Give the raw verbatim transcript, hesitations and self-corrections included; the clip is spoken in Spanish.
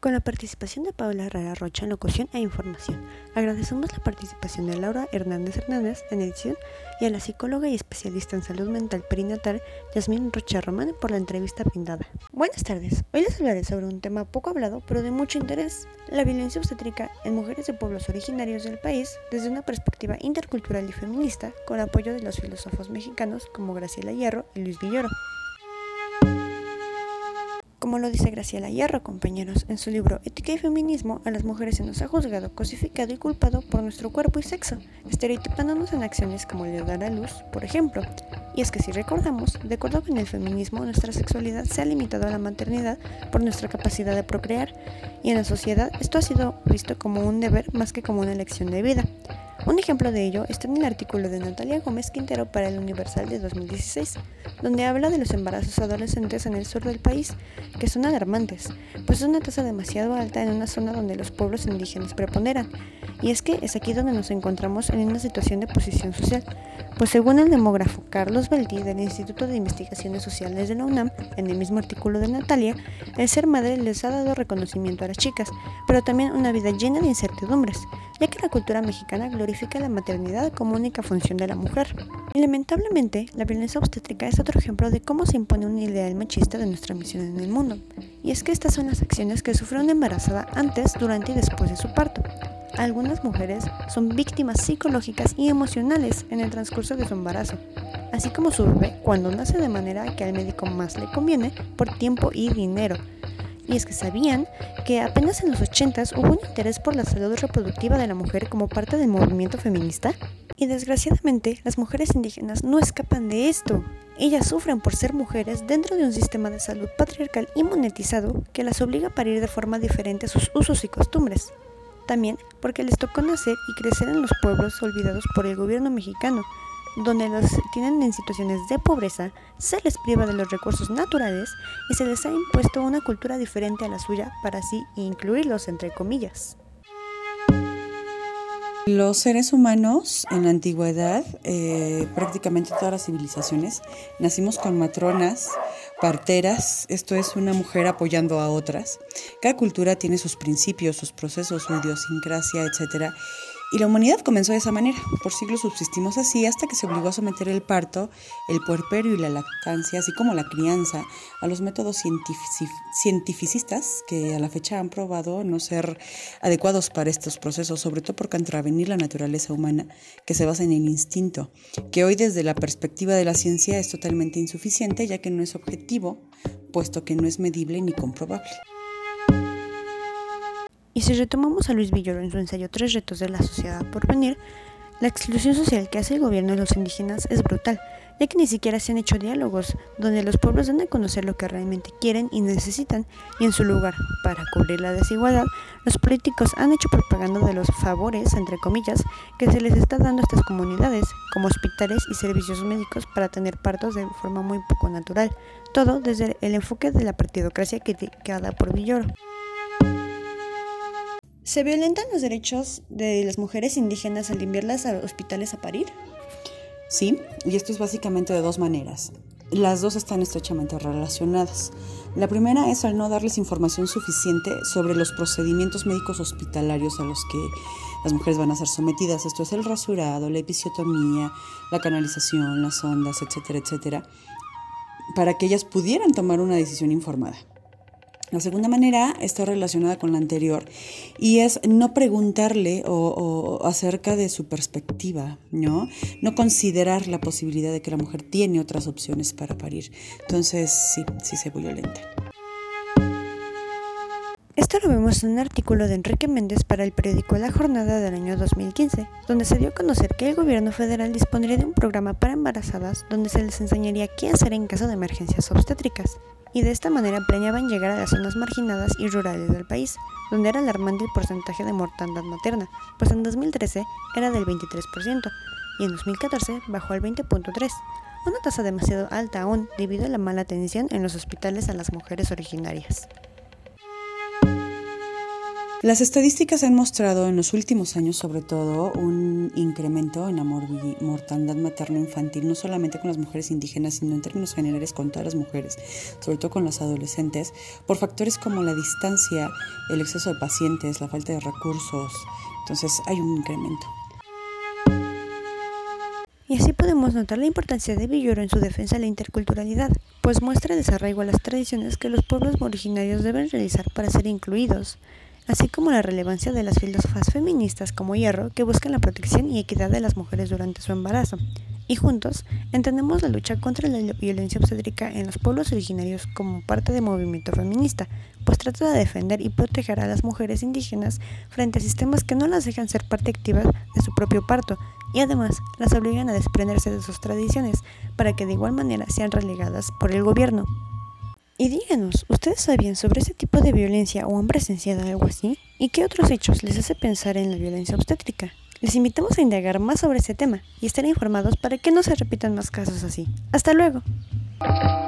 con la participación de Paula Herrera Rocha en locución e información. Agradecemos la participación de Laura Hernández Hernández en edición y a la psicóloga y especialista en salud mental perinatal Yasmín Rocha Román por la entrevista brindada. Buenas tardes, hoy les hablaré sobre un tema poco hablado pero de mucho interés, la violencia obstétrica en mujeres de pueblos originarios del país desde una perspectiva intercultural y feminista con apoyo de los filósofos mexicanos como Graciela Hierro y Luis Villoro. Como lo dice Graciela Hierro, compañeros, en su libro Ética y Feminismo, a las mujeres se nos ha juzgado, cosificado y culpado por nuestro cuerpo y sexo, estereotipándonos en acciones como el de dar a luz, por ejemplo. Y es que si recordamos, de acuerdo con el feminismo, nuestra sexualidad se ha limitado a la maternidad por nuestra capacidad de procrear, y en la sociedad esto ha sido visto como un deber más que como una elección de vida. Un ejemplo de ello está en el artículo de Natalia Gómez Quintero para el Universal de dos mil dieciséis, donde habla de los embarazos adolescentes en el sur del país, que son alarmantes, pues es una tasa demasiado alta en una zona donde los pueblos indígenas preponderan. Y es que es aquí donde nos encontramos en una situación de posición social, pues según el demógrafo Carlos Valdí del Instituto de Investigaciones Sociales de la UNAM, en el mismo artículo de Natalia, el ser madre les ha dado reconocimiento a las chicas, pero también una vida llena de incertidumbres, ya que la cultura mexicana glorifica la maternidad como única función de la mujer. Y lamentablemente, la violencia obstétrica es otro ejemplo de cómo se impone un ideal machista de nuestra misión en el mundo. Y es que estas son las acciones que sufre una embarazada antes, durante y después de su parto. Algunas mujeres son víctimas psicológicas y emocionales en el transcurso de su embarazo, así como su bebé cuando nace de manera que al médico más le conviene por tiempo y dinero. Y es que sabían que apenas en los ochentas hubo un interés por la salud reproductiva de la mujer como parte del movimiento feminista. Y desgraciadamente, las mujeres indígenas no escapan de esto. Ellas sufren por ser mujeres dentro de un sistema de salud patriarcal y monetizado que las obliga a parir de forma diferente a sus usos y costumbres. También porque les tocó nacer y crecer en los pueblos olvidados por el gobierno mexicano, donde los tienen en situaciones de pobreza, se les priva de los recursos naturales y se les ha impuesto una cultura diferente a la suya para así incluirlos entre comillas. Los seres humanos en la antigüedad, eh, prácticamente todas las civilizaciones, nacimos con matronas, parteras, esto es una mujer apoyando a otras. Cada cultura tiene sus principios, sus procesos, su idiosincrasia, etcétera. Y la humanidad comenzó de esa manera. Por siglos subsistimos así hasta que se obligó a someter el parto, el puerperio y la lactancia, así como la crianza, a los métodos cientifici- cientificistas que a la fecha han probado no ser adecuados para estos procesos, sobre todo por contravenir la naturaleza humana que se basa en el instinto, que hoy desde la perspectiva de la ciencia es totalmente insuficiente ya que no es objetivo, puesto que no es medible ni comprobable. Y si retomamos a Luis Villoro en su ensayo Tres retos de la sociedad por venir, la exclusión social que hace el gobierno de los indígenas es brutal, ya que ni siquiera se han hecho diálogos donde los pueblos dan a conocer lo que realmente quieren y necesitan, y en su lugar, para cubrir la desigualdad, los políticos han hecho propaganda de los favores, entre comillas, que se les está dando a estas comunidades, como hospitales y servicios médicos para tener partos de forma muy poco natural, todo desde el enfoque de la partidocracia criticada por Villoro. ¿Se violentan los derechos de las mujeres indígenas al enviarlas a hospitales a parir? Sí, y esto es básicamente de dos maneras. Las dos están estrechamente relacionadas. La primera es al no darles información suficiente sobre los procedimientos médicos hospitalarios a los que las mujeres van a ser sometidas. Esto es el rasurado, la episiotomía, la canalización, las sondas, etcétera, etcétera, para que ellas pudieran tomar una decisión informada. La segunda manera está relacionada con la anterior y es no preguntarle o, o acerca de su perspectiva, ¿no? No considerar la posibilidad de que la mujer tiene otras opciones para parir. Entonces, sí, sí se violenta. Esto lo vemos en un artículo de Enrique Méndez para el periódico La Jornada del año dos mil quince, donde se dio a conocer que el gobierno federal dispondría de un programa para embarazadas donde se les enseñaría qué hacer en caso de emergencias obstétricas. Y de esta manera planeaban llegar a las zonas marginadas y rurales del país, donde era alarmante el porcentaje de mortandad materna, pues en dos mil trece era del veintitrés por ciento y en dos mil catorce bajó al veinte punto tres por ciento, una tasa demasiado alta aún debido a la mala atención en los hospitales a las mujeres originarias. Las estadísticas han mostrado en los últimos años, sobre todo, un incremento en la morbi- mortandad materno-infantil, no solamente con las mujeres indígenas, sino en términos generales con todas las mujeres, sobre todo con las adolescentes, por factores como la distancia, el exceso de pacientes, la falta de recursos. Entonces hay un incremento. Y así podemos notar la importancia de Villoro en su defensa de la interculturalidad, pues muestra desarraigo a las tradiciones que los pueblos originarios deben realizar para ser incluidos, así como la relevancia de las filósofas feministas como Hierro, que buscan la protección y equidad de las mujeres durante su embarazo. Y juntos, entendemos la lucha contra la violencia obstétrica en los pueblos originarios como parte del movimiento feminista, pues trata de defender y proteger a las mujeres indígenas frente a sistemas que no las dejan ser parte activa de su propio parto, y además las obligan a desprenderse de sus tradiciones, para que de igual manera sean relegadas por el gobierno. Y díganos, ¿ustedes sabían sobre ese tipo de violencia o han presenciado algo así? ¿Y qué otros hechos les hace pensar en la violencia obstétrica? Les invitamos a indagar más sobre ese tema y estar informados para que no se repitan más casos así. ¡Hasta luego!